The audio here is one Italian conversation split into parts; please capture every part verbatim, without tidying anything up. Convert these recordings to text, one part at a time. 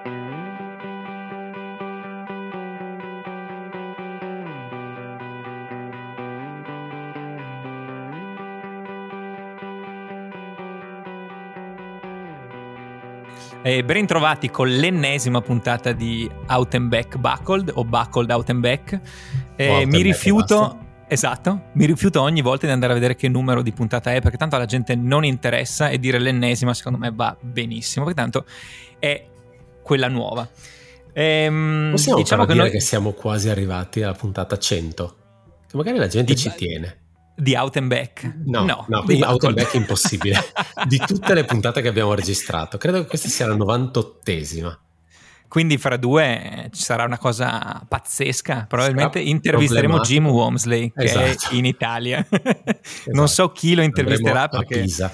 E ben trovati con l'ennesima puntata di Out and Back Buckled o Buckled Out and Back. E Out mi and rifiuto, back, esatto, mi rifiuto ogni volta di andare a vedere che numero di puntata è, perché tanto alla gente non interessa, e dire l'ennesima secondo me va benissimo, perché tanto è quella nuova. Ehm, Possiamo diciamo però che dire noi che siamo quasi arrivati alla puntata cento, che magari la gente di, ci tiene. Di Out and Back? No, no, di Out and Buckled. Back è impossibile. Di tutte le puntate che abbiamo registrato, credo che questa sia la novantottesima. Quindi fra due ci sarà una cosa pazzesca. Probabilmente Sarà intervisteremo Jim problematico. Walmsley, che Esatto. è in Italia. Esatto. Non so chi lo intervisterà Andremo perché... a Pisa.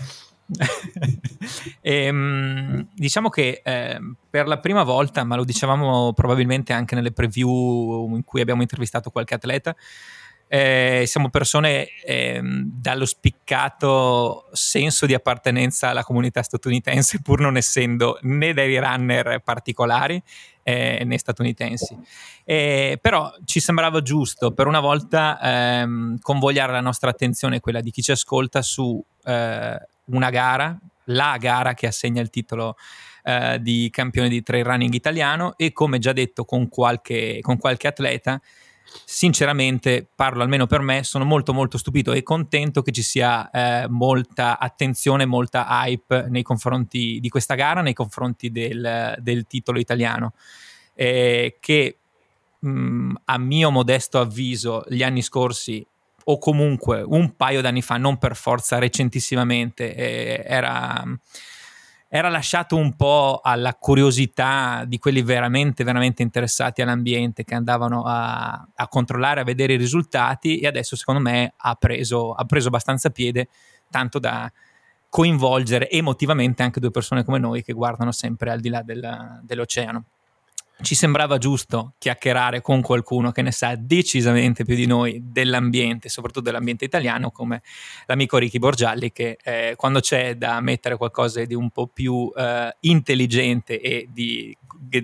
e, um, diciamo che eh, per la prima volta, ma lo dicevamo probabilmente anche nelle preview in cui abbiamo intervistato qualche atleta, eh, siamo persone eh, dallo spiccato senso di appartenenza alla comunità statunitense, pur non essendo né dei runner particolari eh, né statunitensi. Eh, però ci sembrava giusto per una volta ehm, convogliare la nostra attenzione, quella di chi ci ascolta, su eh, una gara, la gara che assegna il titolo eh, di campione di trail running italiano, e come già detto con qualche, con qualche atleta, sinceramente, parlo almeno per me, sono molto molto stupito e contento che ci sia eh, molta attenzione, molta hype nei confronti di questa gara, nei confronti del, del titolo italiano, eh, che mh, a mio modesto avviso gli anni scorsi, o comunque un paio d'anni fa, non per forza recentissimamente, eh, era... era lasciato un po' alla curiosità di quelli veramente veramente interessati all'ambiente, che andavano a, a controllare, a vedere i risultati, e adesso secondo me ha preso, ha preso abbastanza piede, tanto da coinvolgere emotivamente anche due persone come noi che guardano sempre al di là del, dell'oceano. Ci sembrava giusto chiacchierare con qualcuno che ne sa decisamente più di noi dell'ambiente, soprattutto dell'ambiente italiano, come l'amico Ricky Borgialli, che eh, quando c'è da mettere qualcosa di un po' più eh, intelligente e di,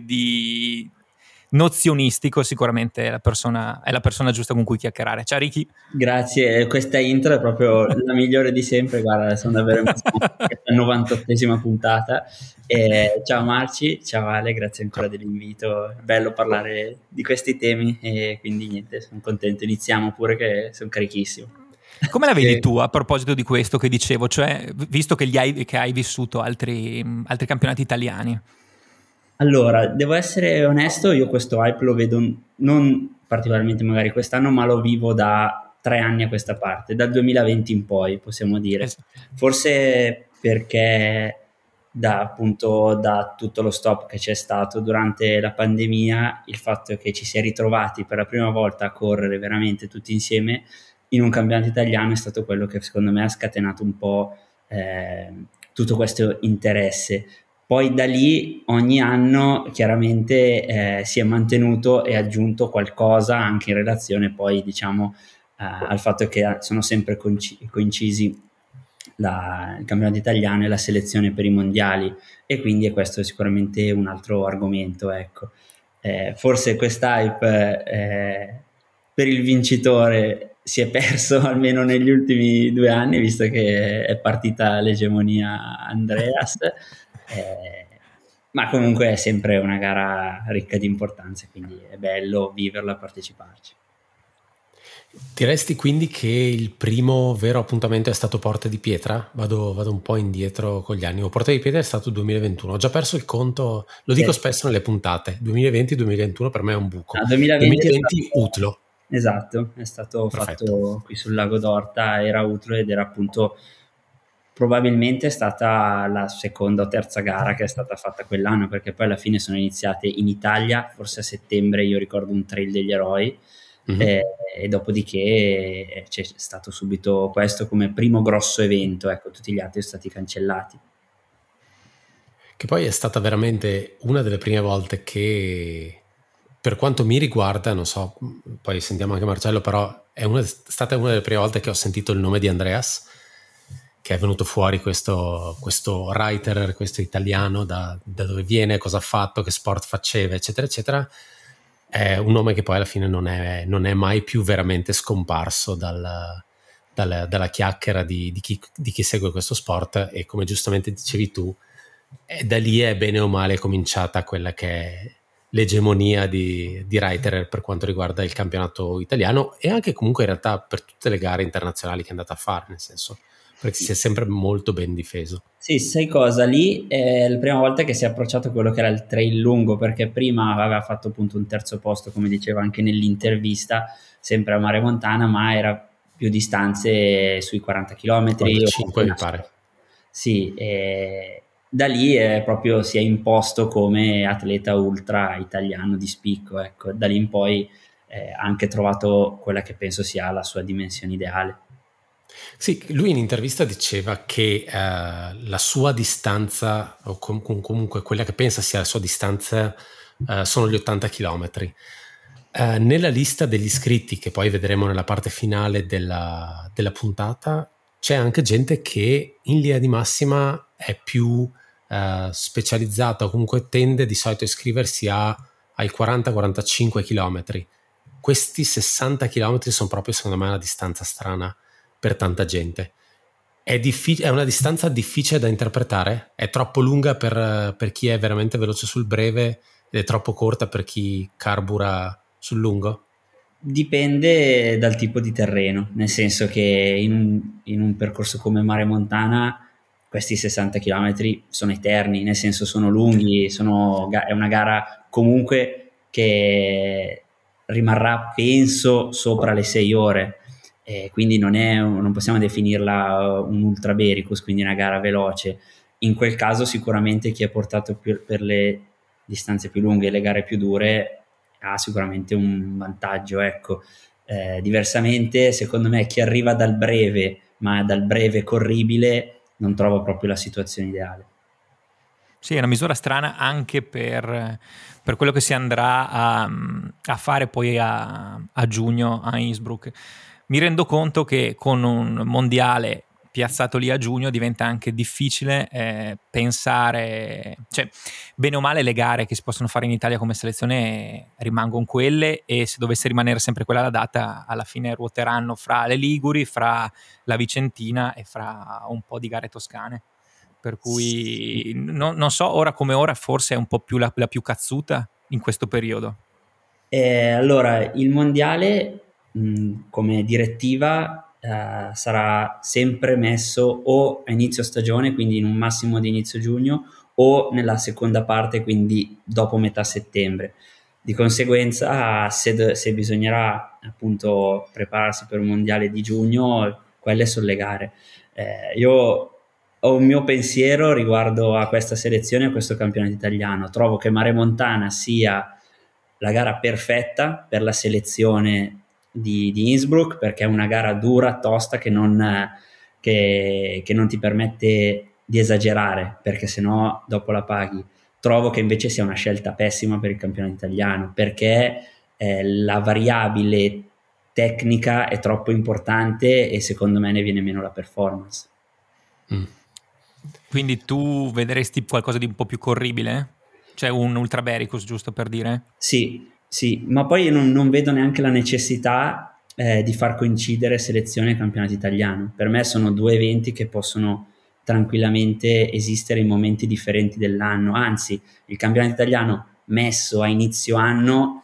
di nozionistico, sicuramente è la persona, è la persona giusta con cui chiacchierare. Ciao Ricky. Grazie, questa intro è proprio la migliore di sempre, guarda, sono davvero emozionato, questa novantottesima puntata. E ciao Marci, ciao Ale, grazie ancora dell'invito, è bello parlare di questi temi e quindi niente, sono contento, iniziamo pure che sono carichissimo. Come la vedi tu a proposito di questo che dicevo, cioè visto che, gli hai, che hai vissuto altri, altri campionati italiani? Allora, devo essere onesto, io questo hype lo vedo non particolarmente magari quest'anno, ma lo vivo da tre anni a questa parte, dal duemilaventi in poi, possiamo dire. Esatto. Forse perché da appunto da tutto lo stop che c'è stato durante la pandemia, il fatto che ci si è ritrovati per la prima volta a correre veramente tutti insieme in un campionato italiano è stato quello che secondo me ha scatenato un po' eh, tutto questo interesse. Poi da lì ogni anno chiaramente eh, si è mantenuto e aggiunto qualcosa anche in relazione poi diciamo eh, al fatto che sono sempre coinc- coincisi la, il campionato italiano e la selezione per i mondiali, e quindi questo è sicuramente un altro argomento, ecco. Eh, forse quest'hype eh, per il vincitore si è perso almeno negli ultimi due anni, visto che è partita l'egemonia Andreas. Eh, ma comunque è sempre una gara ricca di importanza, quindi è bello viverla e parteciparci. Diresti quindi che il primo vero appuntamento è stato Porta di Pietra? Vado, vado un po' indietro con gli anni. O Porta di Pietra è stato duemilaventuno. Ho già perso il conto, lo dico Sì. spesso nelle puntate. duemilaventi duemilaventuno per me è un buco. Ah, duemilaventi, duemilaventi è stato, Utlo. Esatto, è stato Perfetto. fatto qui sul Lago d'Orta, era Utlo ed era appunto probabilmente è stata la seconda o terza gara che è stata fatta quell'anno, perché poi alla fine sono iniziate in Italia, forse a settembre, io ricordo un Trail degli Eroi. Mm-hmm. E, e dopodiché c'è stato subito questo come primo grosso evento, ecco, tutti gli altri sono stati cancellati. Che poi è stata veramente una delle prime volte che, per quanto mi riguarda, non so, poi sentiamo anche Marcello, però è una, stata una delle prime volte che ho sentito il nome di Andreas, che è venuto fuori questo, questo Reiterer, questo italiano, da, da dove viene, cosa ha fatto, che sport faceva, eccetera, eccetera. È un nome che poi alla fine non è, non è mai più veramente scomparso dal, dal, dalla chiacchiera di, di, chi, di chi segue questo sport, e come giustamente dicevi tu, e da lì è bene o male cominciata quella che è l'egemonia di, di Reiterer per quanto riguarda il campionato italiano, e anche comunque in realtà per tutte le gare internazionali che è andata a fare, nel senso, perché si è sempre molto ben difeso. Sì, sai cosa? Lì è la prima volta che si è approcciato a quello che era il trail lungo, perché prima aveva fatto appunto un terzo posto, come diceva anche nell'intervista, sempre a Mare Montana, ma era più distanze sui quaranta chilometri. quarantacinque mi pare. Sì, e da lì è proprio si è imposto come atleta ultra italiano di spicco, ecco. Da lì in poi eh, ha anche trovato quella che penso sia la sua dimensione ideale. Sì, lui in intervista diceva che eh, la sua distanza, o com- comunque quella che pensa sia la sua distanza, eh, sono gli ottanta chilometri. Eh, nella lista degli iscritti, che poi vedremo nella parte finale della, della puntata, c'è anche gente che in linea di massima è più eh, specializzata, o comunque tende di solito a iscriversi a, ai quaranta quarantacinque chilometri. Questi sessanta chilometri sono proprio, secondo me, una distanza strana per tanta gente. È, diffi- è una distanza difficile da interpretare, è troppo lunga per, per chi è veramente veloce sul breve ed è troppo corta per chi carbura sul lungo? Dipende dal tipo di terreno, nel senso che in un, in un percorso come Mare Montana questi sessanta chilometri sono eterni, nel senso sono lunghi, sono, è una gara comunque che rimarrà, penso, sopra le sei ore, eh, quindi non, è, non possiamo definirla un ultra bericus, quindi una gara veloce. In quel caso sicuramente chi è portato più per le distanze più lunghe e le gare più dure ha sicuramente un vantaggio, ecco. Eh, diversamente, secondo me, chi arriva dal breve, ma dal breve corribile, non trova proprio la situazione ideale. Sì, è una misura strana anche per, per quello che si andrà a, a fare poi a, a giugno a Innsbruck. Mi rendo conto che con un mondiale piazzato lì a giugno diventa anche difficile eh, pensare, cioè bene o male le gare che si possono fare in Italia come selezione rimangono quelle, e se dovesse rimanere sempre quella la data, alla fine ruoteranno fra le Liguri, fra la Vicentina e fra un po' di gare toscane. Per cui no, non so, ora come ora forse è un po' più la, la più cazzuta in questo periodo. Eh, allora, il mondiale mh, come direttiva eh, sarà sempre messo o a inizio stagione, quindi in un massimo di inizio giugno, o nella seconda parte, quindi dopo metà settembre. Di conseguenza, se, se bisognerà appunto prepararsi per un mondiale di giugno, quelle sono le gare. Eh, io ho un mio pensiero riguardo a questa selezione e a questo campionato italiano. Trovo che Mare Montana sia la gara perfetta per la selezione di, di Innsbruck, perché è una gara dura, tosta, che non, che, che non ti permette di esagerare, perché sennò dopo la paghi. Trovo che invece sia una scelta pessima per il campionato italiano, perché eh, la variabile tecnica è troppo importante e secondo me ne viene meno la performance. Mm. Quindi tu vedresti qualcosa di un po' più corribile? Cioè un Ultra Bericus, giusto per dire? Sì, sì, ma poi non, non vedo neanche la necessità eh, di far coincidere selezione e campionato italiano. Per me sono due eventi che possono tranquillamente esistere in momenti differenti dell'anno. Anzi, il campionato italiano messo a inizio anno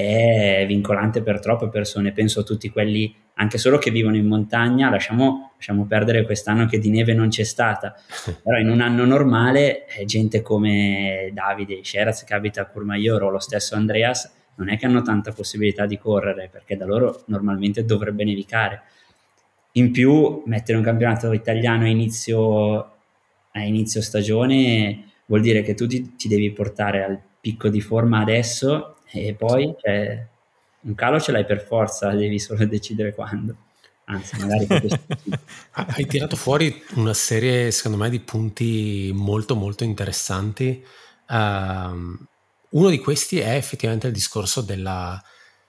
è vincolante per troppe persone. Penso a tutti quelli anche solo che vivono in montagna, lasciamo, lasciamo perdere quest'anno che di neve non c'è stata, però in un anno normale eh, gente come Davide Sheraz che abita a Courmayeur o lo stesso Andreas non è che hanno tanta possibilità di correre, perché da loro normalmente dovrebbe nevicare. In più mettere un campionato italiano a inizio, a inizio stagione vuol dire che tu ti, ti devi portare al picco di forma adesso, e poi cioè, un calo ce l'hai per forza, devi solo decidere quando. Anzi, magari hai tirato fuori una serie, secondo me, di punti molto molto interessanti. Um, uno di questi è effettivamente il discorso della,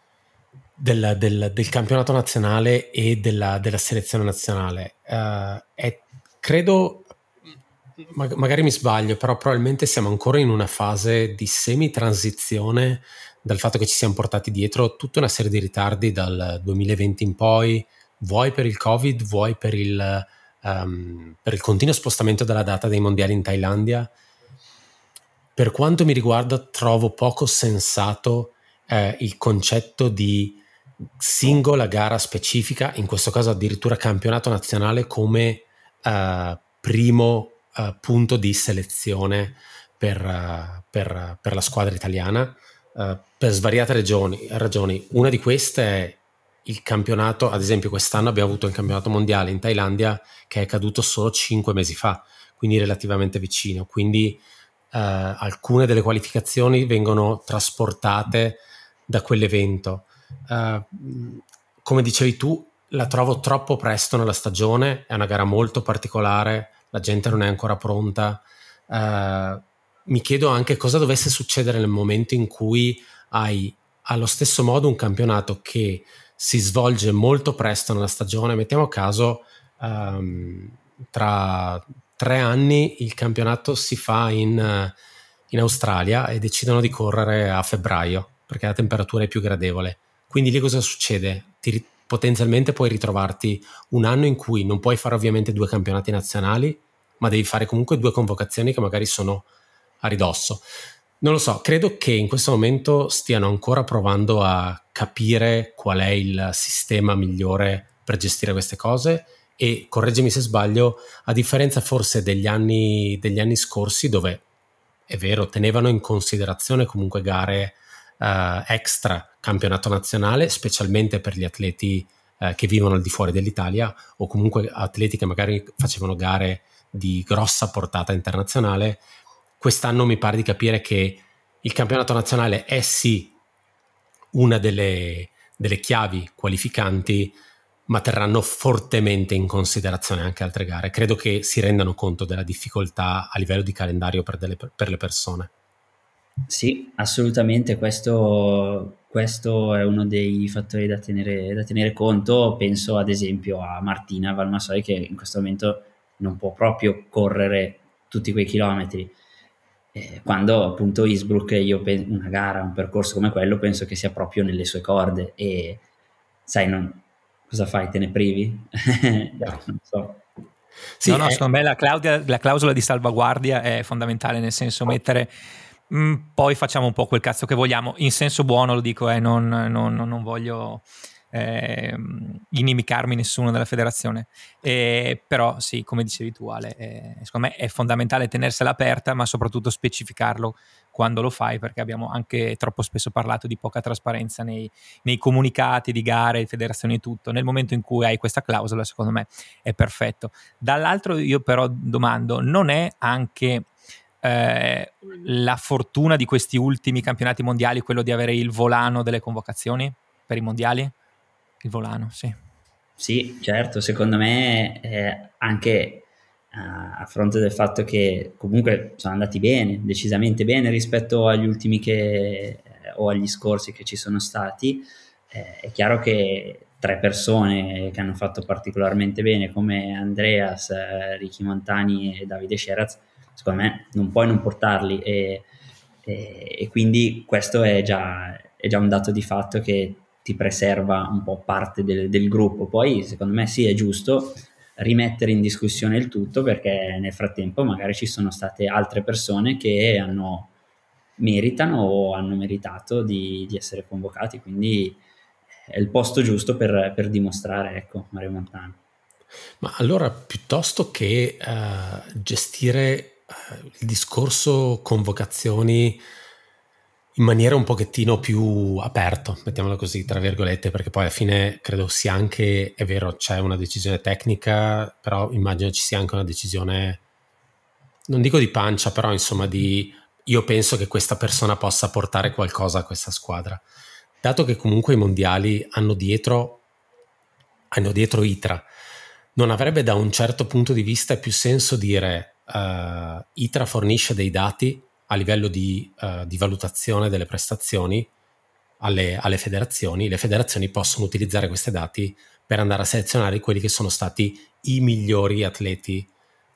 del, del, del campionato nazionale e della, della selezione nazionale. Uh, è credo, magari mi sbaglio, però probabilmente siamo ancora in una fase di semi-transizione dal fatto che ci siamo portati dietro tutta una serie di ritardi dal duemilaventi in poi, vuoi per il Covid, vuoi per il, um, per il continuo spostamento della data dei mondiali in Thailandia. Per quanto mi riguarda, trovo poco sensato eh, il concetto di singola gara specifica, in questo caso addirittura campionato nazionale, come uh, primo uh, punto di selezione per, uh, per, per la squadra italiana, uh, per svariate ragioni, ragioni. Una di queste è il campionato, ad esempio quest'anno abbiamo avuto il campionato mondiale in Thailandia che è caduto solo cinque mesi fa, quindi relativamente vicino, quindi Uh, alcune delle qualificazioni vengono trasportate da quell'evento. Uh, come dicevi tu, la trovo troppo presto nella stagione, è una gara molto particolare, la gente non è ancora pronta. Uh, mi chiedo anche cosa dovesse succedere nel momento in cui hai allo stesso modo un campionato che si svolge molto presto nella stagione. Mettiamo caso um, tra tre anni il campionato si fa in, in Australia e decidono di correre a febbraio perché la temperatura è più gradevole. Quindi lì cosa succede? Ti, potenzialmente puoi ritrovarti un anno in cui non puoi fare ovviamente due campionati nazionali, ma devi fare comunque due convocazioni che magari sono a ridosso. Non lo so, credo che in questo momento stiano ancora provando a capire qual è il sistema migliore per gestire queste cose. E correggimi se sbaglio, a differenza forse degli anni, degli anni scorsi, dove è vero tenevano in considerazione comunque gare uh, extra campionato nazionale, specialmente per gli atleti uh, che vivono al di fuori dell'Italia o comunque atleti che magari facevano gare di grossa portata internazionale. Quest'anno mi pare di capire che il campionato nazionale è sì una delle, delle chiavi qualificanti, ma terranno fortemente in considerazione anche altre gare. Credo che si rendano conto della difficoltà a livello di calendario per, delle, per le persone. Sì, assolutamente, questo, questo è uno dei fattori da tenere, da tenere conto. Penso ad esempio a Martina Valmasoi che in questo momento non può proprio correre tutti quei chilometri. Eh, quando appunto Innsbruck, io penso, una gara, un percorso come quello, penso che sia proprio nelle sue corde e sai, non... cosa fai? Te ne privi? Non so. Sì, no, no, è... secondo me la, Claudia, la clausola di salvaguardia è fondamentale, nel senso mettere mh, poi facciamo un po' quel cazzo che vogliamo, in senso buono lo dico, eh, non, non, non voglio eh, inimicarmi nessuno della federazione, eh, però sì, come dicevi tu Ale, eh, secondo me è fondamentale tenersela aperta, ma soprattutto specificarlo quando lo fai, perché abbiamo anche troppo spesso parlato di poca trasparenza nei, nei comunicati di gare, federazioni e tutto. Nel momento in cui hai questa clausola, secondo me è perfetto. Dall'altro io però domando, non è anche eh, la fortuna di questi ultimi campionati mondiali quello di avere il volano delle convocazioni per i mondiali? Il volano, sì. Sì, certo, secondo me eh, anche a fronte del fatto che comunque sono andati bene, decisamente bene rispetto agli ultimi che o agli scorsi che ci sono stati, eh, è chiaro che tre persone che hanno fatto particolarmente bene come Andreas, eh, Ricky Montani e Davide Sheraz, secondo me non puoi non portarli e, e, e quindi questo è già, è già un dato di fatto che ti preserva un po' parte del, del gruppo. Poi secondo me sì, è giusto rimettere in discussione il tutto, perché nel frattempo magari ci sono state altre persone che hanno meritano o hanno meritato di, di essere convocati, quindi è il posto giusto per, per dimostrare, ecco, Mario Montano. Ma allora, piuttosto che uh, gestire uh, il discorso convocazioni in maniera un pochettino più aperto, mettiamolo così, tra virgolette, perché poi alla fine credo sia anche, è vero, c'è una decisione tecnica, però immagino ci sia anche una decisione, non dico di pancia, però insomma di, io penso che questa persona possa portare qualcosa a questa squadra. Dato che comunque i mondiali hanno dietro, hanno dietro I T R A, non avrebbe da un certo punto di vista più senso dire uh, I T R A fornisce dei dati a livello di, uh, di valutazione delle prestazioni alle, alle federazioni, le federazioni possono utilizzare questi dati per andare a selezionare quelli che sono stati i migliori atleti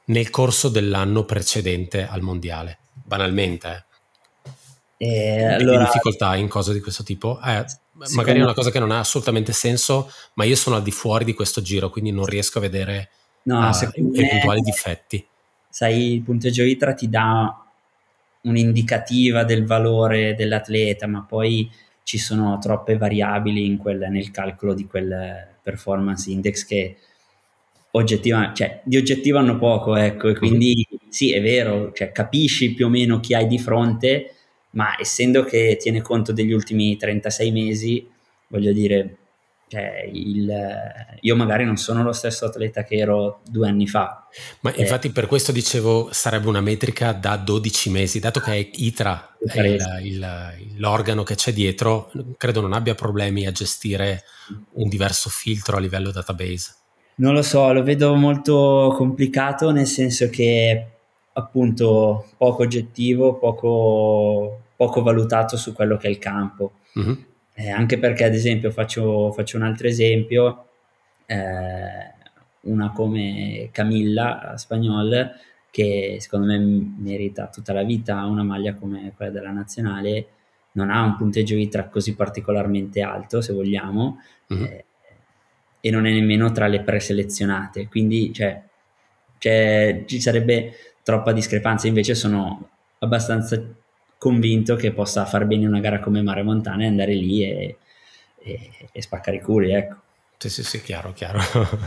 nel corso dell'anno precedente al mondiale, banalmente. Eh. E allora, difficoltà in cose di questo tipo? Eh, magari è una cosa che non ha assolutamente senso, ma io sono al di fuori di questo giro, quindi non riesco a vedere no, uh, eventuali me, difetti. Sai, il punteggio ITRA ti dà un'indicativa del valore dell'atleta, ma poi ci sono troppe variabili in quel, nel calcolo di quel performance index che oggettiva, cioè, di oggettivo hanno poco, ecco, e quindi mm-hmm. sì, è vero, cioè, capisci più o meno chi hai di fronte, ma essendo che tiene conto degli ultimi trentasei mesi, voglio dire, cioè, il, io magari non sono lo stesso atleta che ero due anni fa. Ma eh, infatti per questo dicevo sarebbe una metrica da dodici mesi, dato che è ITRA, è il, il, l'organo che c'è dietro, credo non abbia problemi a gestire un diverso filtro a livello database. Non lo so, lo vedo molto complicato, nel senso che appunto poco oggettivo, poco, poco valutato su quello che è il campo. Mm-hmm. Eh, anche perché, ad esempio, faccio, faccio un altro esempio, eh, una come Camilla Spagnol, che secondo me merita tutta la vita una maglia come quella della nazionale, non ha un punteggio ITRA così particolarmente alto, se vogliamo, mm-hmm. eh, e non è nemmeno tra le preselezionate, quindi cioè, cioè, ci sarebbe troppa discrepanza. Invece sono abbastanza convinto che possa far bene una gara come Mare Montana e andare lì e, e, e spaccare i culi, ecco. Sì, sì, sì, chiaro, chiaro.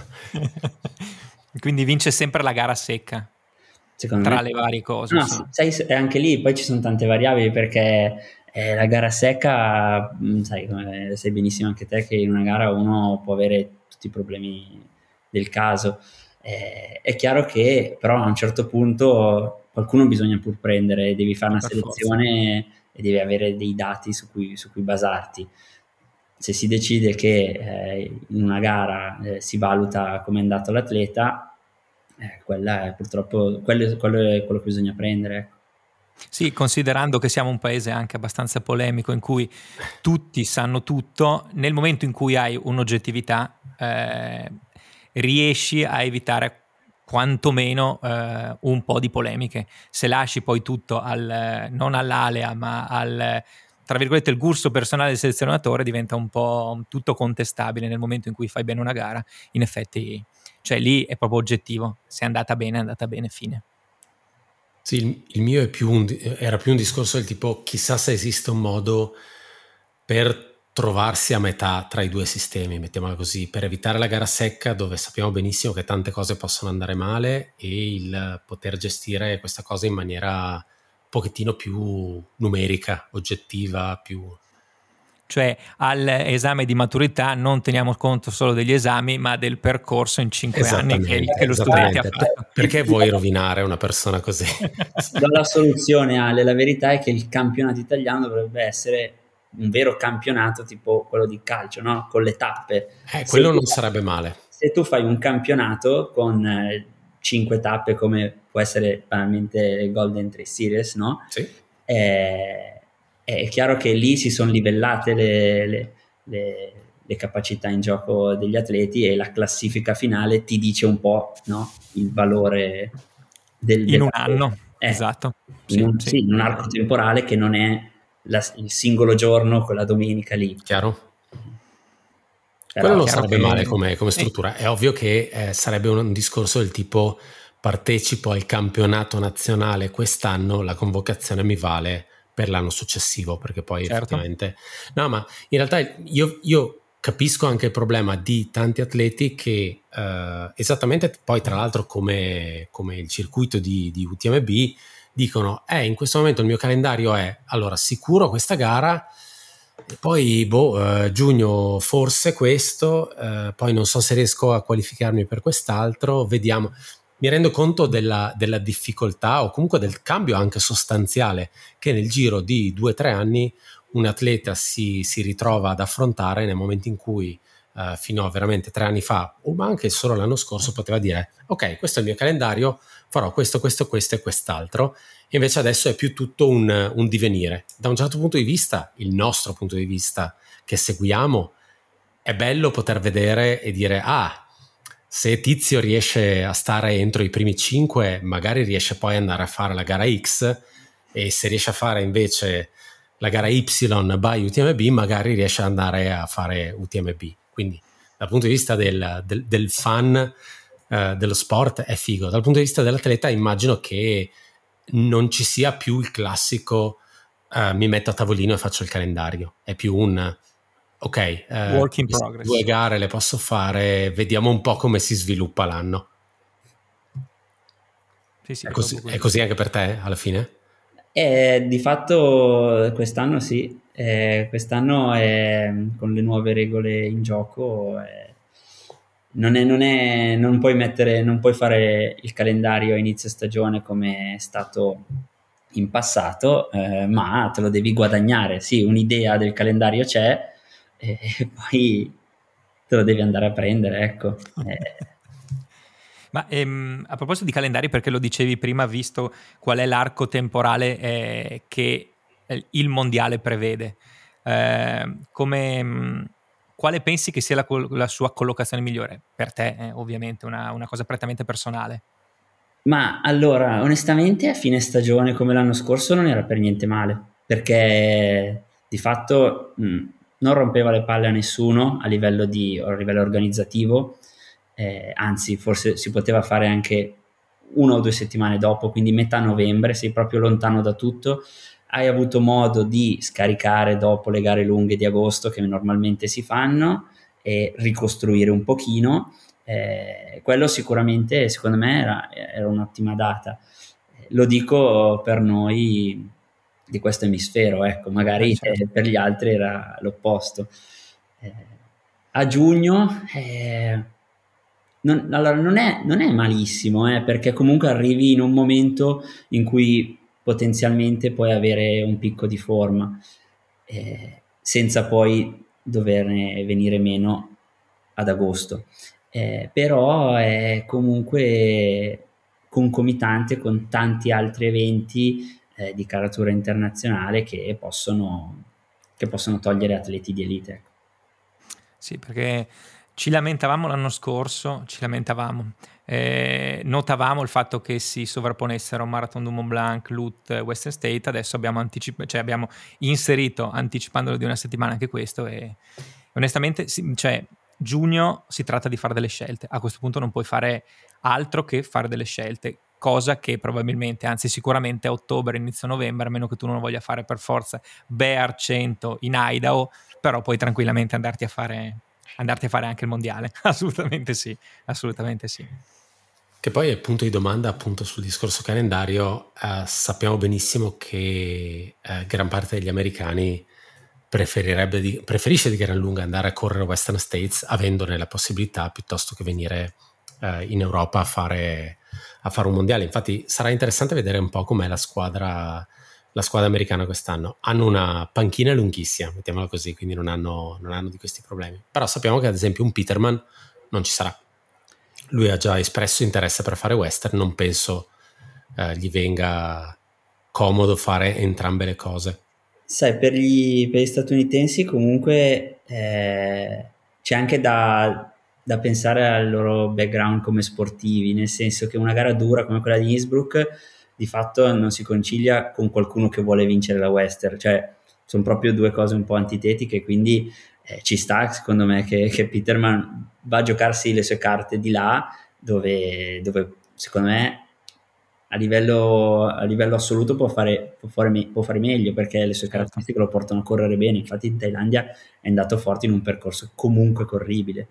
Quindi vince sempre la gara secca, secondo tra me. Le varie cose. No, sì. Sai, anche lì poi ci sono tante variabili, perché eh, la gara secca, sai, come sai benissimo anche te, che in una gara uno può avere tutti i problemi del caso. Eh, è chiaro che però a un certo punto qualcuno bisogna pur prendere, devi fare una per selezione forza. E devi avere dei dati su cui, su cui basarti. Se si decide che eh, in una gara eh, si valuta come è andato l'atleta, eh, quella è purtroppo quello, quello è quello che bisogna prendere, ecco. Sì, considerando che siamo un paese anche abbastanza polemico in cui tutti sanno tutto, nel momento in cui hai un'oggettività eh, riesci a evitare quantomeno eh, un po' di polemiche. Se lasci poi tutto al, non all'alea ma al, tra virgolette, il gusto personale del selezionatore, diventa un po' tutto contestabile. Nel momento in cui fai bene una gara, in effetti, cioè lì è proprio oggettivo, se è andata bene è andata bene, fine. Sì, il mio è più un, era più un discorso del tipo chissà se esiste un modo per trovarsi a metà tra i due sistemi, mettiamola così, per evitare la gara secca dove sappiamo benissimo che tante cose possono andare male, e il poter gestire questa cosa in maniera un pochettino più numerica, oggettiva, più... Cioè all'esame di maturità non teniamo conto solo degli esami, ma del percorso in cinque anni che, che lo studente ha fatto. Perché vuoi rovinare una persona così? La soluzione, Ale, la verità è che il campionato italiano dovrebbe essere un vero campionato tipo quello di calcio, no? Con le tappe. Eh, quello non sarebbe male. Se tu fai un campionato con eh, cinque tappe, come può essere banalmente Golden Trail Series, no? Sì. Eh, è chiaro che lì si sono livellate le, le, le, le capacità in gioco degli atleti, e la classifica finale ti dice un po', no? Il valore del, in del un anno, eh, esatto. In, sì, un, sì. Sì, in un arco temporale che non è la, il singolo giorno, quella domenica lì. Chiaro? Però, quello non chiaro sarebbe che... male come, come struttura. È ovvio che eh, sarebbe un, un discorso del tipo: partecipo al campionato nazionale quest'anno, la convocazione mi vale per l'anno successivo, perché poi certo. effettivamente... No, ma in realtà io, io capisco anche il problema di tanti atleti che eh, esattamente poi, tra l'altro, come, come il circuito di, di U T M B, dicono eh, in questo momento il mio calendario è, allora, sicuro questa gara, e poi boh, eh, giugno forse questo, eh, poi non so se riesco a qualificarmi per quest'altro, vediamo. Mi rendo conto della, della difficoltà, o comunque del cambio anche sostanziale che nel giro di due o tre anni un atleta si, si ritrova ad affrontare, nel momento in cui eh, fino a veramente tre anni fa, o ma anche solo l'anno scorso, poteva dire ok, questo è il mio calendario, farò questo, questo, questo e quest'altro. E invece adesso è più tutto un, un divenire. Da un certo punto di vista, il nostro punto di vista che seguiamo, è bello poter vedere e dire ah, se Tizio riesce a stare entro i primi cinque, magari riesce poi ad andare a fare la gara X, e se riesce a fare invece la gara Y by U T M B, magari riesce ad andare a fare U T M B. Quindi dal punto di vista del, del, del fan eh, dello sport è figo. Dal punto di vista dell'atleta immagino che non ci sia più il classico uh, mi metto a tavolino e faccio il calendario. È più un ok, uh, work in progress. Due gare le posso fare, vediamo un po' come si sviluppa l'anno. Sì, sì, è, così, è così anche per te alla fine? Eh, di fatto quest'anno sì, eh, quest'anno è, con le nuove regole in gioco è, non, è, non, è, non puoi mettere, non puoi fare il calendario a inizio stagione come è stato in passato, eh, ma te lo devi guadagnare. Sì, un'idea del calendario c'è, e poi te lo devi andare a prendere, ecco. Eh. Ma ehm, a proposito di calendari, perché lo dicevi prima, visto qual è l'arco temporale eh, che il mondiale prevede, eh, come, mh, quale pensi che sia la, la sua collocazione migliore? Per te, eh, ovviamente, una, una cosa prettamente personale. Ma allora, onestamente, a fine stagione come l'anno scorso non era per niente male, perché di fatto mh, non rompeva le palle a nessuno a livello, di, a livello organizzativo, eh, anzi forse si poteva fare anche una o due settimane dopo, quindi metà novembre, sei proprio lontano da tutto, hai avuto modo di scaricare dopo le gare lunghe di agosto che normalmente si fanno e ricostruire un pochino. Eh, quello sicuramente secondo me era, era un'ottima data. Lo dico per noi di questo emisfero, ecco, magari eh, certo. eh, per gli altri era l'opposto. Eh, a giugno eh, non, allora non è, non è malissimo, eh, perché comunque arrivi in un momento in cui potenzialmente puoi avere un picco di forma, eh, senza poi doverne venire meno ad agosto. Eh, però è comunque concomitante con tanti altri eventi eh, di caratura internazionale che possono, che possono togliere atleti di elite. Sì, perché ci lamentavamo l'anno scorso, ci lamentavamo, eh, notavamo il fatto che si sovrapponessero Marathon du Mont Blanc, L U T, Western State. Adesso abbiamo, anticip- cioè abbiamo inserito, anticipandolo di una settimana, anche questo, e onestamente sì, cioè, giugno si tratta di fare delle scelte. A questo punto non puoi fare altro che fare delle scelte, cosa che probabilmente, anzi sicuramente a ottobre, inizio novembre, a meno che tu non voglia fare per forza Bear cento in Idaho, però puoi tranquillamente andarti a fare andarti a fare anche il mondiale. Assolutamente sì, assolutamente sì. Che poi è il punto di domanda appunto sul discorso calendario. Eh, sappiamo benissimo che eh, gran parte degli americani preferirebbe di, preferisce di gran lunga andare a correre Western States avendone la possibilità, piuttosto che venire eh, in Europa a fare, a fare un mondiale. Infatti sarà interessante vedere un po' com'è la squadra la squadra americana quest'anno. Hanno una panchina lunghissima, mettiamola così, quindi non hanno, non hanno di questi problemi. Però sappiamo che ad esempio un Peterman non ci sarà. Lui ha già espresso interesse per fare western, non penso eh, gli venga comodo fare entrambe le cose. Sai, per gli, per gli statunitensi comunque eh, c'è anche da, da pensare al loro background come sportivi, nel senso che una gara dura come quella di Innsbruck di fatto non si concilia con qualcuno che vuole vincere la Western, cioè sono proprio due cose un po' antitetiche, quindi eh, ci sta secondo me che, che Peterman va a giocarsi le sue carte di là, dove, dove secondo me a livello, a livello assoluto può fare, può, fare me, può fare meglio, perché le sue caratteristiche lo portano a correre bene. Infatti in Thailandia è andato forte in un percorso comunque corribile.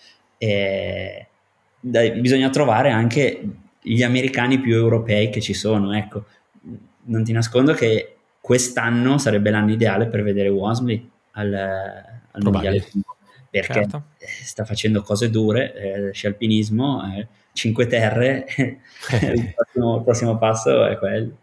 E, dai, bisogna trovare anche gli americani più europei che ci sono, ecco. Non ti nascondo che quest'anno sarebbe l'anno ideale per vedere Worsley al, al mondiale, perché certo. sta facendo cose dure, eh, scialpinismo, eh, Cinque Terre, il, prossimo, il prossimo passo è quello.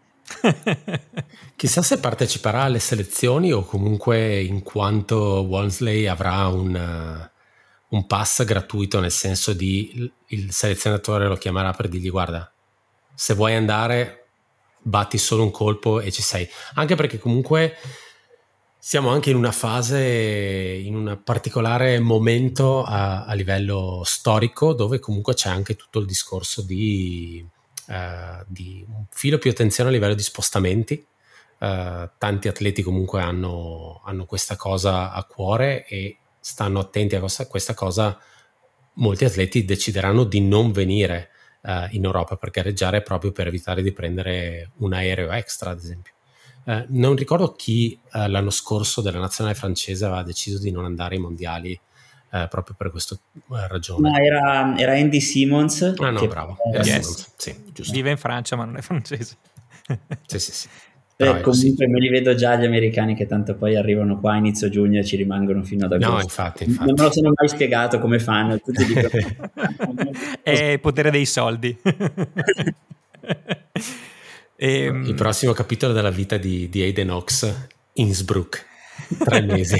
Chissà se parteciperà alle selezioni o comunque in quanto Worsley avrà un, un pass gratuito, nel senso di il selezionatore lo chiamerà per dirgli guarda, se vuoi andare batti solo un colpo e ci sei, anche perché comunque Siamo anche in una fase, in un particolare momento a, a livello storico, dove comunque c'è anche tutto il discorso di, uh, di un filo più attenzione a livello di spostamenti. Uh, tanti atleti comunque hanno, hanno questa cosa a cuore e stanno attenti a questa, questa cosa. Molti atleti decideranno di non venire uh, in Europa per gareggiare proprio per evitare di prendere un aereo extra, ad esempio. Eh, non ricordo chi eh, l'anno scorso della nazionale francese aveva deciso di non andare ai mondiali eh, proprio per questa eh, ragione. No, era, era Andy Simmons. Ah no, che, bravo, eh, era yes. Simmons, sì, giusto. Vive in Francia ma non è francese. Sì, sì, sì. Eh, comunque sì. Me li vedo già gli americani che tanto poi arrivano qua a inizio giugno e ci rimangono fino ad agosto. No, infatti, infatti. Non me lo sono mai spiegato come fanno. Tutti dicono, è il potere dei soldi. E, il prossimo capitolo della vita di, di Hayden Ox, Innsbruck, tre mesi.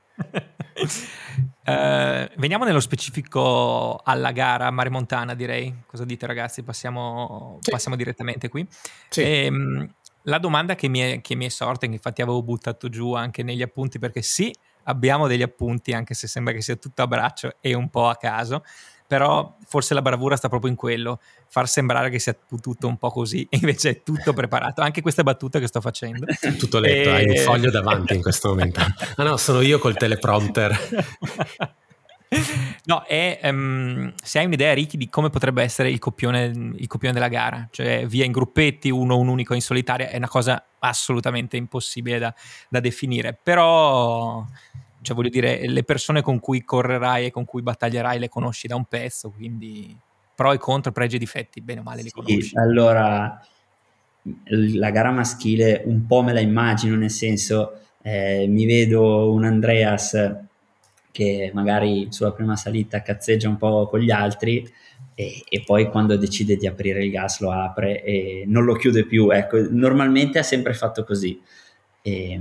Uh, veniamo nello specifico alla gara Mare Montana, direi. Cosa dite, ragazzi? Passiamo, sì. passiamo direttamente qui. Sì. E, um, la domanda che mi, è, che mi è sorta, che infatti avevo buttato giù anche negli appunti, perché sì, abbiamo degli appunti, anche se sembra che sia tutto a braccio e un po' a caso, però forse la bravura sta proprio in quello, far sembrare che sia tutto un po' così, e invece è tutto preparato. Anche questa battuta che sto facendo. Tutto letto, e... hai un foglio davanti in questo momento. Ah no, sono io col teleprompter. No, è, um, se hai un'idea, Ricky, di come potrebbe essere il copione, il copione della gara, cioè via in gruppetti, uno un unico in solitaria, è una cosa assolutamente impossibile da, da definire, però... cioè voglio dire, le persone con cui correrai e con cui battaglierai le conosci da un pezzo, quindi pro e contro, pregi e difetti, bene o male li sì, conosci. Allora, la gara maschile un po' me la immagino, nel senso, eh, mi vedo un Andreas che magari sulla prima salita cazzeggia un po' con gli altri e, e poi quando decide di aprire il gas lo apre e non lo chiude più. Ecco, normalmente ha sempre fatto così. E,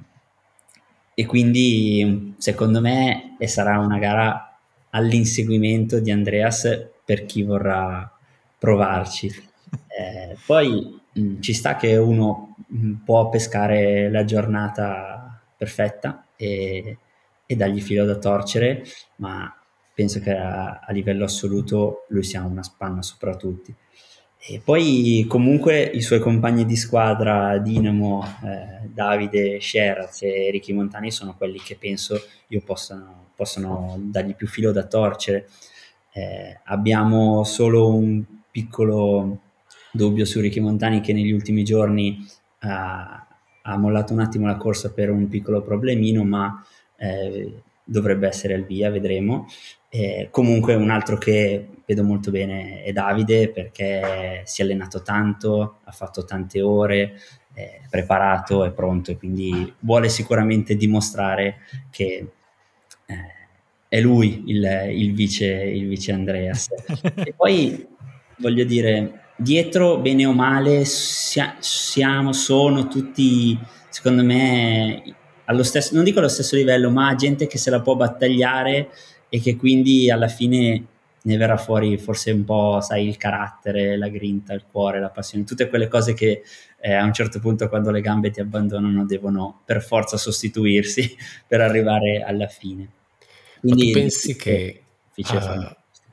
e quindi secondo me sarà una gara all'inseguimento di Andreas per chi vorrà provarci. Eh, poi mh, ci sta che uno mh, può pescare la giornata perfetta e, e dargli filo da torcere, ma penso che a, a livello assoluto lui sia una spanna sopra tutti. E poi comunque i suoi compagni di squadra Dinamo, eh, Davide Sheraz e Ricky Montani sono quelli che penso io possano, possano dargli più filo da torcere. Eh, abbiamo solo un piccolo dubbio su Ricky Montani, che negli ultimi giorni ha, ha mollato un attimo la corsa per un piccolo problemino, ma eh, dovrebbe essere al via, vedremo. Eh, comunque un altro che vedo molto bene è Davide, perché si è allenato tanto, ha fatto tante ore, è preparato, è pronto e quindi vuole sicuramente dimostrare che eh, è lui il, il, vice, il vice Andreas. E poi voglio dire, dietro bene o male sia, siamo, sono tutti, secondo me, allo stesso, non dico allo stesso livello, ma gente che se la può battagliare e che quindi alla fine ne verrà fuori forse un po', sai, il carattere, la grinta, il cuore, la passione, tutte quelle cose che eh, a un certo punto, quando le gambe ti abbandonano, devono per forza sostituirsi per arrivare alla fine. Quindi, ma tu pensi che uh,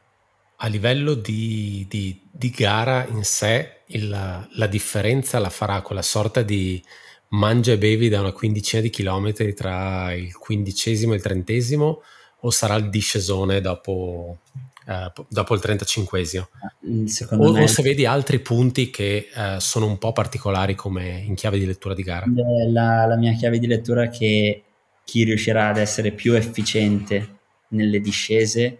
a livello di, di, di gara in sé il, la differenza la farà quella sorta di mangia e bevi da una quindicina di chilometri tra il quindicesimo e il trentesimo, o sarà il discesone dopo, uh, dopo il trentacinquesimo? Secondo o, me... o se vedi altri punti che uh, sono un po' particolari come in chiave di lettura di gara? La, la mia chiave di lettura è che chi riuscirà ad essere più efficiente nelle discese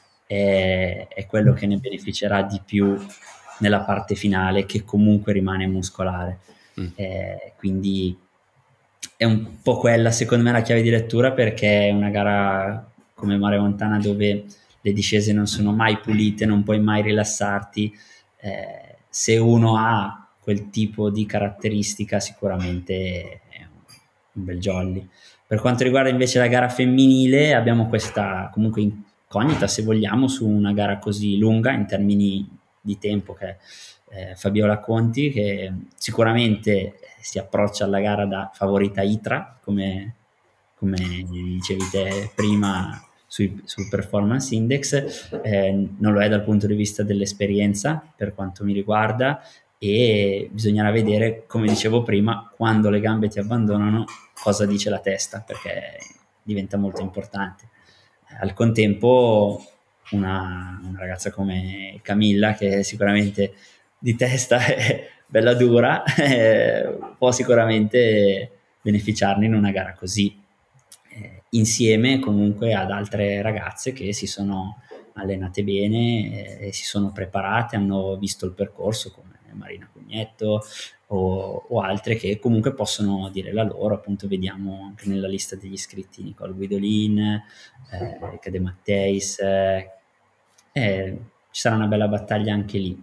è, è quello che ne beneficerà di più nella parte finale, che comunque rimane muscolare. Mm. Eh, quindi è un po' quella, secondo me, la chiave di lettura, perché è una gara come Mare Montana dove le discese non sono mai pulite, non puoi mai rilassarti. Eh, se uno ha quel tipo di caratteristica, sicuramente è un, un bel jolly. Per quanto riguarda invece la gara femminile, abbiamo questa comunque incognita, se vogliamo, su una gara così lunga in termini di tempo, che è eh, Fabiola Conti, che sicuramente si approccia alla gara da favorita I T R A, come come dicevi te prima sui, sul performance index, eh, non lo è dal punto di vista dell'esperienza per quanto mi riguarda, e bisognerà vedere, come dicevo prima, quando le gambe ti abbandonano cosa dice la testa, perché diventa molto importante. Al contempo una, una ragazza come Camilla, che sicuramente di testa è bella dura, eh, può sicuramente beneficiarne in una gara così, eh, insieme comunque ad altre ragazze che si sono allenate bene e si sono preparate, hanno visto il percorso, come Marina Cugnetto o, o altre che comunque possono dire la loro. Appunto vediamo anche nella lista degli iscritti Nicole Guidolin, eh, Cade Matteis, eh, eh, ci sarà una bella battaglia anche lì.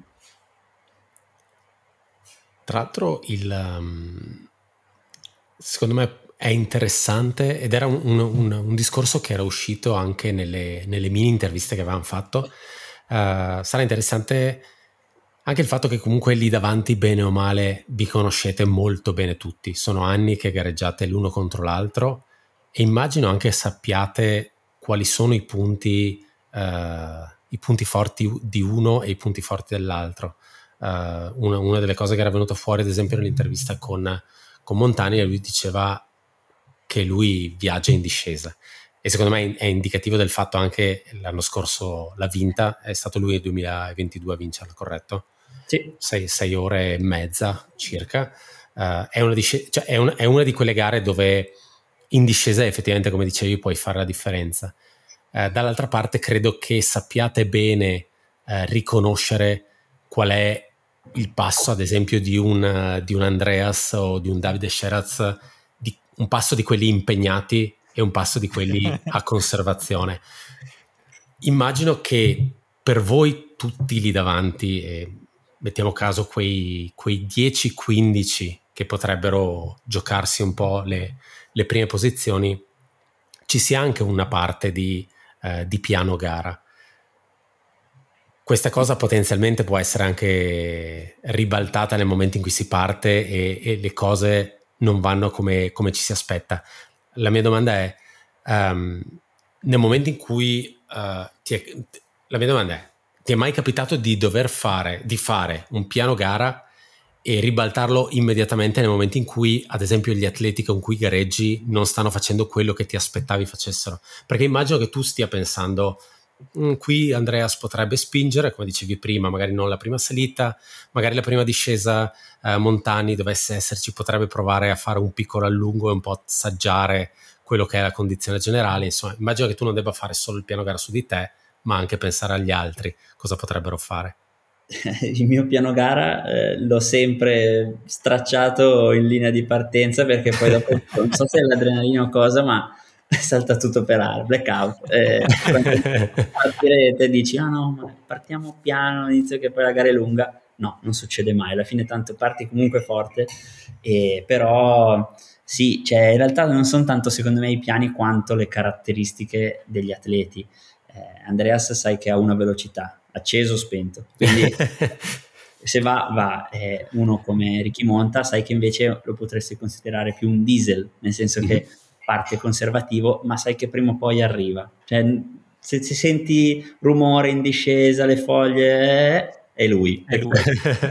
Tra l'altro il, um, secondo me è interessante, ed era un, un, un discorso che era uscito anche nelle, nelle mini interviste che avevamo fatto. Uh, sarà interessante anche il fatto che comunque lì davanti, bene o male, vi conoscete molto bene tutti. Sono anni che gareggiate l'uno contro l'altro e immagino anche sappiate quali sono i punti, uh, i punti forti di uno e i punti forti dell'altro. Uh, una, una delle cose che era venuta fuori, ad esempio, nell'intervista con, con Montani, lui diceva che lui viaggia in discesa, e secondo me è indicativo del fatto anche l'anno scorso l'ha vinta, è stato lui nel duemilaventidue a vincerla, corretto? Sì. sei, sei ore e mezza circa. Uh, è, una disce- cioè è, un, è una di quelle gare dove in discesa effettivamente, come dicevi, puoi fare la differenza. Uh, dall'altra parte credo che sappiate bene uh, riconoscere qual è il passo, ad esempio, di un, di un Andreas o di un Davide Sheraz, di, un passo di quelli impegnati e un passo di quelli a conservazione. Immagino che per voi tutti lì davanti, eh, mettiamo caso quei, quei dieci quindici che potrebbero giocarsi un po' le, le prime posizioni, ci sia anche una parte di, eh, di piano gara. Questa cosa potenzialmente può essere anche ribaltata nel momento in cui si parte e, e le cose non vanno come, come ci si aspetta. La mia domanda è, um, nel momento in cui uh, ti è, la mia domanda è, ti è mai capitato di dover fare, di fare un piano gara e ribaltarlo immediatamente nel momento in cui, ad esempio, gli atleti con cui gareggi non stanno facendo quello che ti aspettavi facessero? Perché immagino che tu stia pensando, qui Andreas potrebbe spingere, come dicevi prima, magari non la prima salita, magari la prima discesa eh, Montani dovesse esserci, potrebbe provare a fare un piccolo allungo e un po' assaggiare quello che è la condizione generale. Insomma, immagino che tu non debba fare solo il piano gara su di te, ma anche pensare agli altri, cosa potrebbero fare. Il mio piano gara eh, l'ho sempre stracciato in linea di partenza, perché poi dopo non so se è l'adrenalina o cosa, ma salta tutto per aria, blackout. Eh, partire te dici, ah no, ma partiamo piano, inizio che poi la gara è lunga. No, non succede mai, alla fine tanto parti comunque forte, eh, però sì, cioè in realtà non sono tanto secondo me i piani quanto le caratteristiche degli atleti. eh, Andreas sai che ha una velocità, acceso, spento, quindi se va, va. Eh, uno come Ricky Monta sai che invece lo potresti considerare più un diesel, nel senso mm-hmm. che parte conservativo, ma sai che prima o poi arriva. Cioè, se, se senti rumore in discesa, le foglie, eh, è lui. È lui.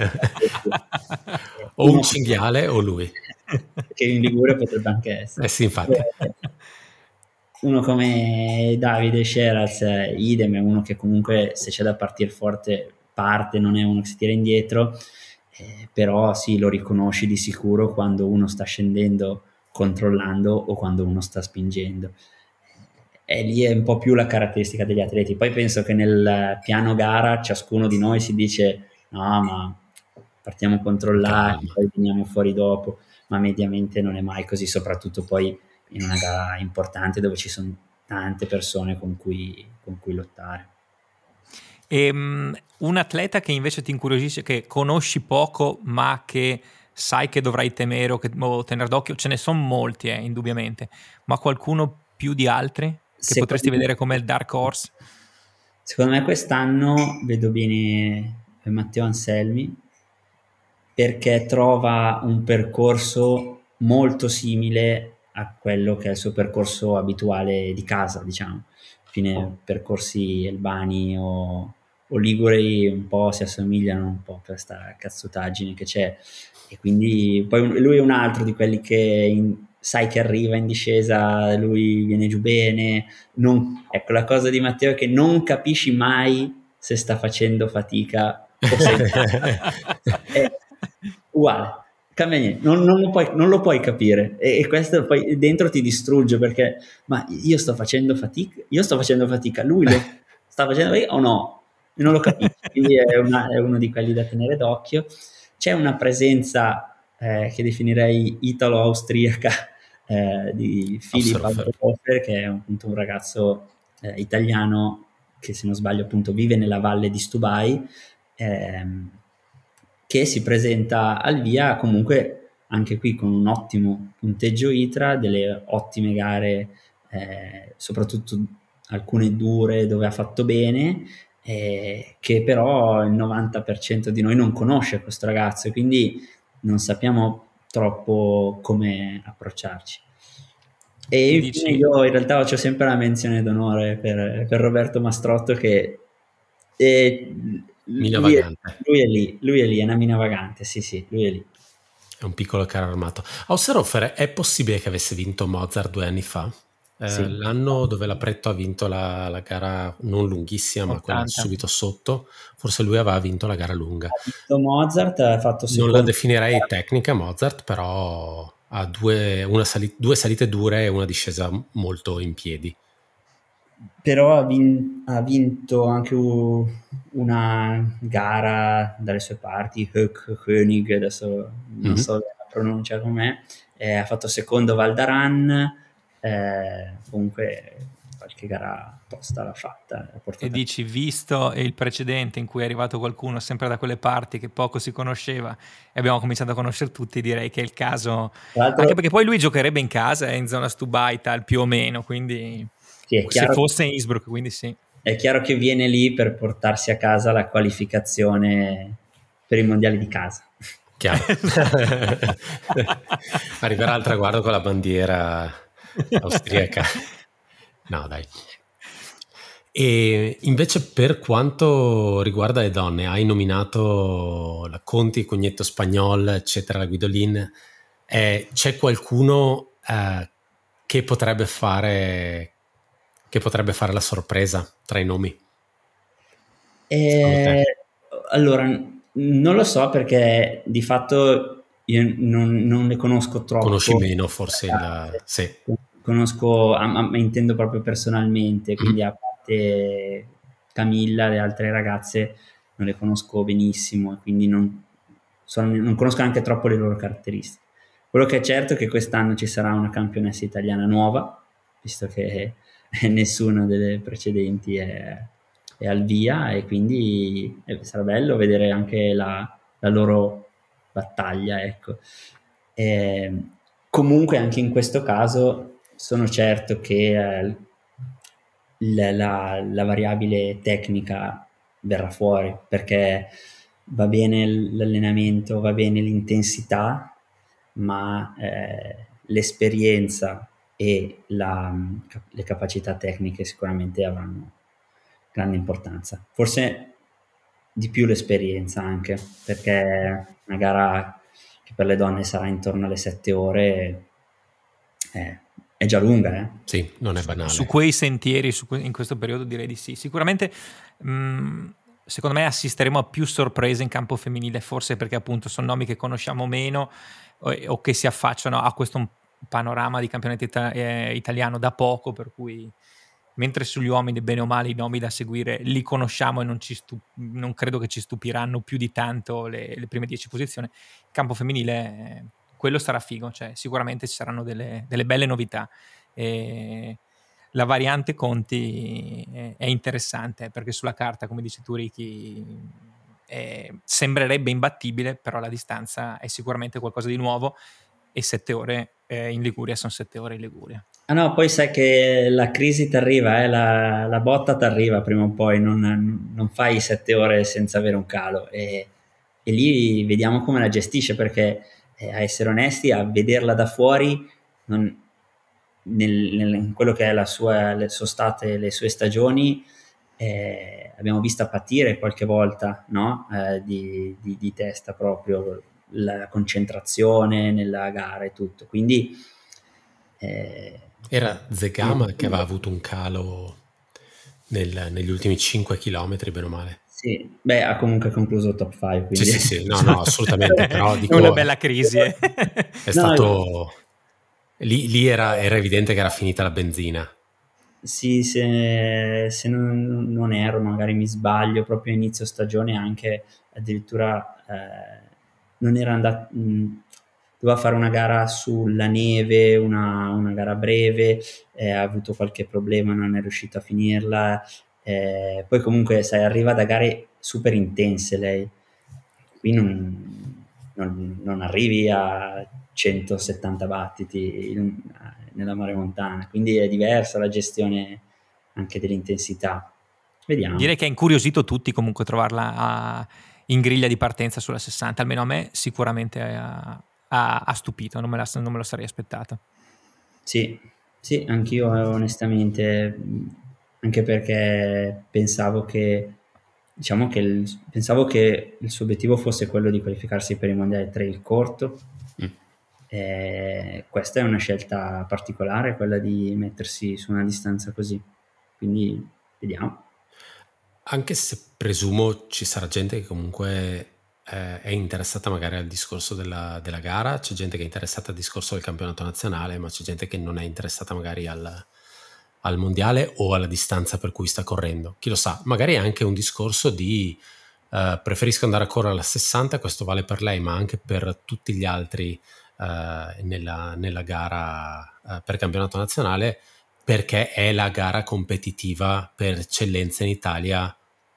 O un cinghiale o lui. Che in Liguria potrebbe anche essere. Eh sì, infatti. Uno come Davide Sheraz, eh, idem, è uno che comunque se c'è da partire forte parte, non è uno che si tira indietro, eh, però sì, lo riconosci di sicuro quando uno sta scendendo controllando o quando uno sta spingendo. E lì è un po' più la caratteristica degli atleti. Poi penso che nel piano gara ciascuno di noi si dice no, ma partiamo controllati, poi veniamo fuori dopo, ma mediamente non è mai così, soprattutto poi in una gara importante dove ci sono tante persone con cui, con cui lottare. E, um, un atleta che invece ti incuriosisce, che conosci poco ma che sai che dovrai temere o, che, o tenere d'occhio, ce ne sono molti eh, indubbiamente, ma qualcuno più di altri che secondo potresti me, vedere come il dark horse? Secondo me quest'anno vedo bene Matteo Anselmi, perché trova un percorso molto simile a quello che è il suo percorso abituale di casa, diciamo. Fine percorsi albani o, o liguri un po' si assomigliano un po' per sta cazzotaggine che c'è, e quindi poi lui è un altro di quelli che in, sai che arriva in discesa, lui viene giù bene, non, ecco, la cosa di Matteo è che non capisci mai se sta facendo fatica o se è uguale, cambia niente, non, non, lo puoi, non lo puoi capire, e, e questo poi dentro ti distrugge, perché ma io sto facendo fatica, io sto facendo fatica, lui lo sta facendo fatica o no? Non lo capisci, quindi è, una, è uno di quelli da tenere d'occhio. C'è una presenza eh, che definirei italo-austriaca eh, di Filip Haushofer, che è appunto un ragazzo eh, italiano che, se non sbaglio, appunto vive nella valle di Stubai, ehm, che si presenta al via comunque anche qui con un ottimo punteggio I T R A, delle ottime gare, eh, soprattutto alcune dure dove ha fatto bene, eh, che però il novanta per cento di noi non conosce questo ragazzo, e quindi non sappiamo troppo come approcciarci. E Che infine dici? io in realtà ho sempre la menzione d'onore per, per Roberto Mastrotto, che è, Mina lui, è, vagante. lui è lì, lui è lì, è una mina vagante, sì sì, lui è lì. È un piccolo carro armato. Haushofer, è possibile che avesse vinto Mozart due anni fa? Eh, Sì. L'anno dove l'Apretto ha vinto la, la gara non lunghissima, ma quella ottanta. subito sotto, forse lui aveva vinto la gara lunga. Ha vinto Mozart, ha fatto secondo. Non la definirei tecnica Mozart, però ha due, una sali- due salite dure e una discesa molto in piedi. Però ha, vin- ha vinto anche u- una gara dalle sue parti, Höck-König, adesso non Mhm. so la pronuncia com'è, eh, ha fatto secondo Val d'Aran, eh, comunque qualche gara tosta l'ha fatta. l'ha portata- E dici, visto il precedente in cui è arrivato qualcuno sempre da quelle parti che poco si conosceva e abbiamo cominciato a conoscere tutti, direi che è il caso, Tra l'altro, anche perché poi lui giocherebbe in casa, è in zona Stubaital più o meno, quindi sì, è se chiaro, fosse in Innsbruck, quindi sì. è chiaro che viene lì per portarsi a casa la qualificazione per i mondiali di casa. Chiaro. Arriverà al traguardo con la bandiera austriaca. No, dai. E invece, per quanto riguarda le donne, hai nominato la Conti, Cognetto Spagnol, eccetera, la Guidolin. Eh, c'è qualcuno eh, che potrebbe fare che potrebbe fare la sorpresa tra i nomi? Eh, allora, non lo so, perché di fatto io non, non le conosco troppo. Conosci meno forse il... Sì. Conosco, a, a, intendo proprio personalmente, quindi Mm. a parte Camilla, le altre ragazze non le conosco benissimo, e quindi non, sono, non conosco anche troppo le loro caratteristiche. Quello che è certo è che quest'anno ci sarà una campionessa italiana nuova, visto che nessuna delle precedenti è, è al via, e quindi eh, sarà bello vedere anche la, la loro battaglia, ecco. E, comunque anche in questo caso sono certo che eh, la, la, la variabile tecnica verrà fuori, perché va bene l'allenamento, va bene l'intensità, ma eh, l'esperienza e la, le capacità tecniche sicuramente avranno grande importanza. Forse di più l'esperienza, anche perché una gara che per le donne sarà intorno alle sette ore eh, è già lunga. Eh? Sì, non è banale. Su quei sentieri, su que- in questo periodo direi di sì. Sicuramente, mh, secondo me, assisteremo a più sorprese in campo femminile, forse perché appunto sono nomi che conosciamo meno o, o che si affacciano a questo panorama di campionato ita- eh, italiano da poco, per cui mentre sugli uomini, bene o male, i nomi da seguire li conosciamo e non, ci stu- non credo che ci stupiranno più di tanto le, le prime dieci posizioni. Il campo femminile, eh, quello sarà figo, cioè sicuramente ci saranno delle, delle belle novità. E la variante Conti è, è interessante, perché sulla carta, come dici tu Ricky, eh, sembrerebbe imbattibile, però la distanza è sicuramente qualcosa di nuovo, e sette ore eh, in Liguria sono sette ore in Liguria. Ah no, poi sai che la crisi ti arriva, eh, la, la botta ti arriva prima o poi, non, non fai sette ore senza avere un calo, e, e lì vediamo come la gestisce, perché eh, a essere onesti, a vederla da fuori non, nel, nel, in quello che è la sua, le, sono state le sue stagioni, eh, abbiamo visto patire qualche volta, no? eh, di, di, di testa proprio, la concentrazione nella gara e tutto, quindi eh, era Zegama che aveva avuto un calo nel, negli ultimi cinque chilometri, bene o male. Sì, beh, ha comunque concluso top cinque, quindi... Sì, sì, sì, no, no, assolutamente, però dico... È una bella crisi, eh. È stato... Lì, lì era, era evidente che era finita la benzina. Sì, se, se non, non erro, magari mi sbaglio, proprio a inizio stagione anche addirittura eh, non era andato... Mh, doveva fare una gara sulla neve, una, una gara breve, eh, ha avuto qualche problema, non è riuscito a finirla. Eh, poi comunque, sai, arriva da gare super intense lei. Qui non, non, non arrivi a centosettanta battiti in, nella mare montana, quindi è diversa la gestione anche dell'intensità. Vediamo. Direi che ha incuriosito tutti comunque trovarla a, in griglia di partenza sulla sessanta, almeno a me sicuramente ha, ha, ha stupito, non me, la, non me lo sarei aspettato. Sì, sì, anch'io onestamente, anche perché pensavo che diciamo che il, pensavo che il suo obiettivo fosse quello di qualificarsi per i mondiali trail corto. Mm. Eh, questa è una scelta particolare, quella di mettersi su una distanza così, quindi vediamo. Anche se presumo ci sarà gente che comunque eh, è interessata magari al discorso della, della gara, c'è gente che è interessata al discorso del campionato nazionale, ma c'è gente che non è interessata magari al, al mondiale o alla distanza per cui sta correndo. Chi lo sa, magari è anche un discorso di uh, preferisco andare a correre alla sessanta, questo vale per lei ma anche per tutti gli altri uh, nella, nella gara uh, per campionato nazionale, perché è la gara competitiva per eccellenza in Italia.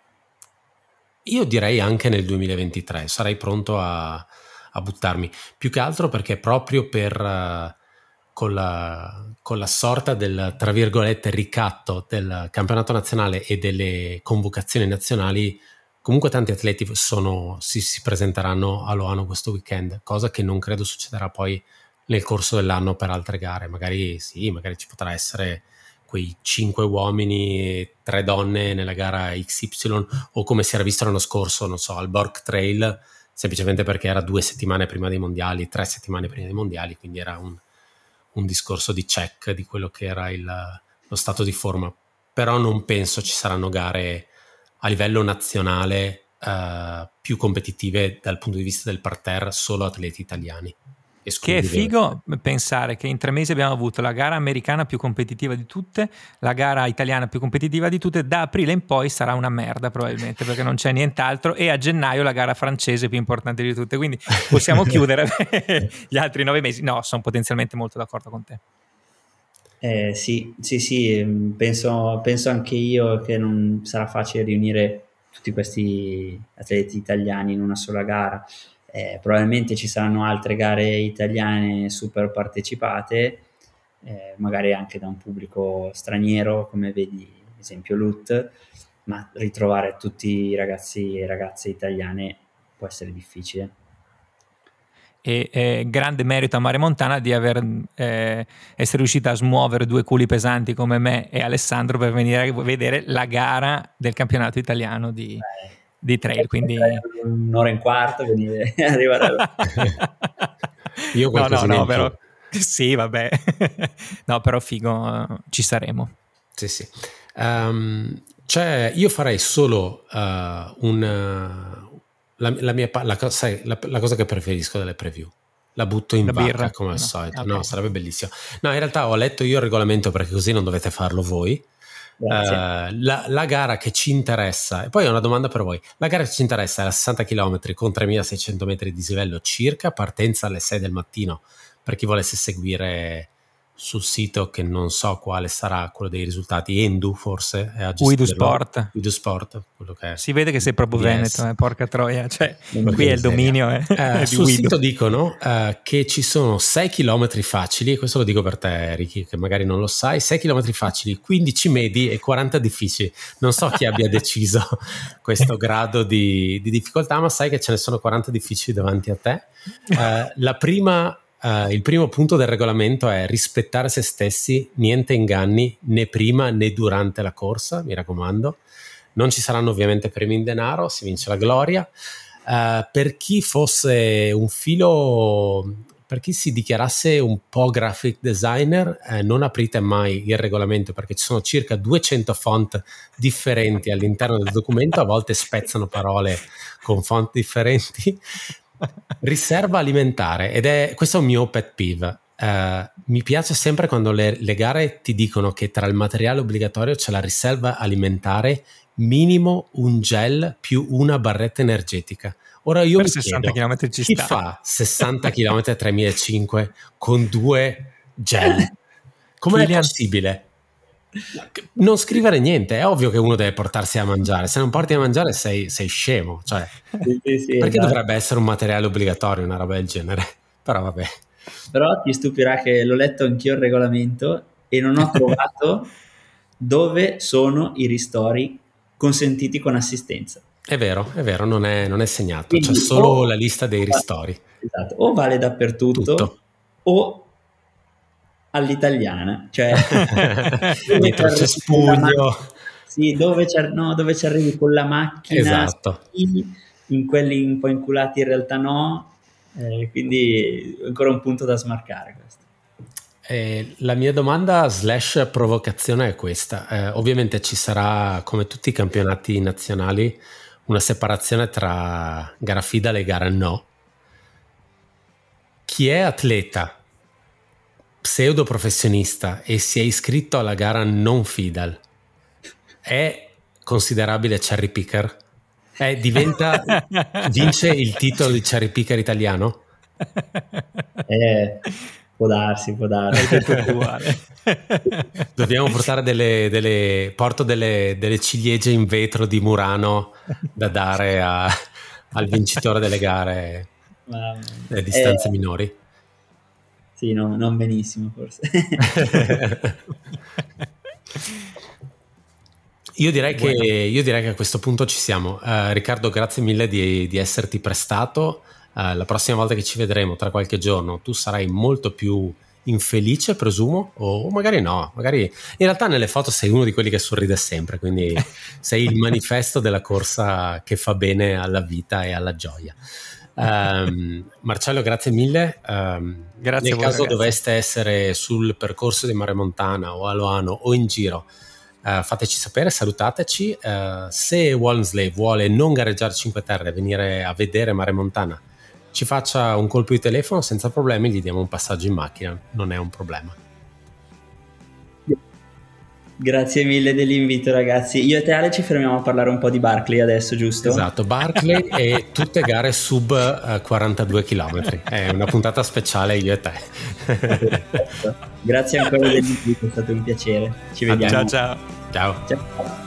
Io direi anche nel duemilaventitré sarei pronto a, a buttarmi, più che altro perché proprio per uh, con la, con la sorta del, tra virgolette, ricatto del campionato nazionale e delle convocazioni nazionali, comunque tanti atleti sono, si, si presenteranno a Loano questo weekend, cosa che non credo succederà poi nel corso dell'anno per altre gare. Magari sì, magari ci potrà essere quei cinque uomini e tre donne nella gara X Y, o come si era visto l'anno scorso, non so, al Bork Trail, semplicemente perché era due settimane prima dei mondiali, tre settimane prima dei mondiali, quindi era un, un discorso di check di quello che era il, lo stato di forma. Però non penso ci saranno gare a livello nazionale uh, più competitive dal punto di vista del parterre, solo atleti italiani. Che è figo pensare che in tre mesi abbiamo avuto la gara americana più competitiva di tutte, la gara italiana più competitiva di tutte, da aprile in poi sarà una merda probabilmente perché non c'è nient'altro, e a gennaio la gara francese più importante di tutte, quindi possiamo chiudere gli altri nove mesi. No, sono potenzialmente molto d'accordo con te. Eh, sì, sì, sì, penso, penso anche io che non sarà facile riunire tutti questi atleti italiani in una sola gara. Eh, probabilmente ci saranno altre gare italiane super partecipate, eh, magari anche da un pubblico straniero, come vedi ad esempio Lut, ma ritrovare tutti i ragazzi e ragazze italiane può essere difficile. E eh, grande merito a Mare Montana di aver, eh, essere riuscita a smuovere due culi pesanti come me e Alessandro per venire a vedere la gara del campionato italiano di... Beh. di trail, quindi un'ora e un quarto, quindi arrivare io no no no però più. sì vabbè no però figo, ci saremo. Sì sì um, cioè io farei solo uh, un la, la mia la, sai, la, la cosa che preferisco delle preview, la butto in la vacca birra. Come al no. solito okay. No, sarebbe bellissimo. No, in realtà ho letto io il regolamento perché così non dovete farlo voi. Uh, la, la gara che ci interessa, e poi ho una domanda per voi, la gara che ci interessa è la sessanta chilometri con tremilaseicento metri di dislivello circa, partenza alle sei del mattino per chi volesse seguire sul sito, che non so quale sarà quello dei risultati, Endu forse è Widu Sport Widu Sport, quello che è. Si vede che sei proprio yes. Veneto, eh, porca troia, cioè qui è il dominio eh, eh, di sul Widu. Sito dicono uh, che ci sono sei chilometri facili, e questo lo dico per te Ricky che magari non lo sai, sei chilometri facili, quindici medi e quaranta difficili. Non so chi abbia deciso questo grado di, di difficoltà, ma sai che ce ne sono quaranta difficili davanti a te. Uh, la prima Uh, Uh, il primo punto del regolamento è rispettare se stessi, niente inganni né prima né durante la corsa, mi raccomando. Non ci saranno ovviamente premi in denaro, si vince la gloria. Uh, per chi fosse un filo, per chi si dichiarasse un po' graphic designer, eh, non aprite mai il regolamento, perché ci sono circa duecento font differenti all'interno del documento, a volte spezzano parole con font differenti. Riserva alimentare, ed è questo è un mio pet peeve. Uh, mi piace sempre quando le, le gare ti dicono che tra il materiale obbligatorio c'è la riserva alimentare, minimo un gel più una barretta energetica. Ora io per mi sessanta chiedo, chilometri ci chi sta. fa sessanta chilometri a tremilacinquecento con due gel? Come è possibile? Non scrivere niente, è ovvio che uno deve portarsi a mangiare, se non porti a mangiare sei, sei scemo, cioè, sì, sì, sì, perché esatto. dovrebbe essere un materiale obbligatorio una roba del genere? Però vabbè. Però ti stupirà che l'ho letto anch'io il regolamento e non ho trovato dove sono i ristori consentiti con assistenza. È vero, è vero, non è, non è segnato, Quindi c'è solo o, la lista dei ristori. Esatto, o vale dappertutto tutto. O all'italiana, cioè dietro il cespugno, sì, dove ci, no, dove ci arrivi con la macchina, esatto. Sì, in quelli un po' inculati in realtà no, eh, quindi ancora un punto da smarcare questo. Eh, la mia domanda slash provocazione è questa. Eh, ovviamente ci sarà, come tutti i campionati nazionali, una separazione tra gara FIDAL e gara no. Chi è atleta pseudo professionista e si è iscritto alla gara non FIDAL è considerabile cherry picker? Eh, diventa vince il titolo di cherry picker italiano? Eh, può darsi, può darsi. Dobbiamo portare delle, delle porto delle, delle ciliegie in vetro di Murano da dare a, al vincitore delle gare a distanze eh, minori. Sì, no, non benissimo forse. Io direi, che, io direi che a questo punto ci siamo. Uh, Riccardo, grazie mille di, di esserti prestato. Uh, la prossima volta che ci vedremo tra qualche giorno tu sarai molto più infelice, presumo, o magari no, magari in realtà nelle foto sei uno di quelli che sorride sempre, quindi sei il manifesto della corsa che fa bene alla vita e alla gioia. Um, Marcello, grazie mille. Um, grazie nel voi, caso ragazzi. doveste essere sul percorso di Maremontana o a Loano o in giro, uh, fateci sapere, salutateci. Uh, se Walmsley vuole non gareggiare Cinque Terre e venire a vedere Maremontana, ci faccia un colpo di telefono senza problemi, gli diamo un passaggio in macchina, non è un problema. Grazie mille dell'invito, ragazzi. Io e te, Ale, ci fermiamo a parlare un po' di Barkley adesso, giusto? Esatto, Barkley e tutte gare sub uh, quarantadue chilometri. È una puntata speciale io e te. Grazie ancora dell'invito, è stato un piacere. Ci vediamo. Ciao ciao. Ciao. Ciao.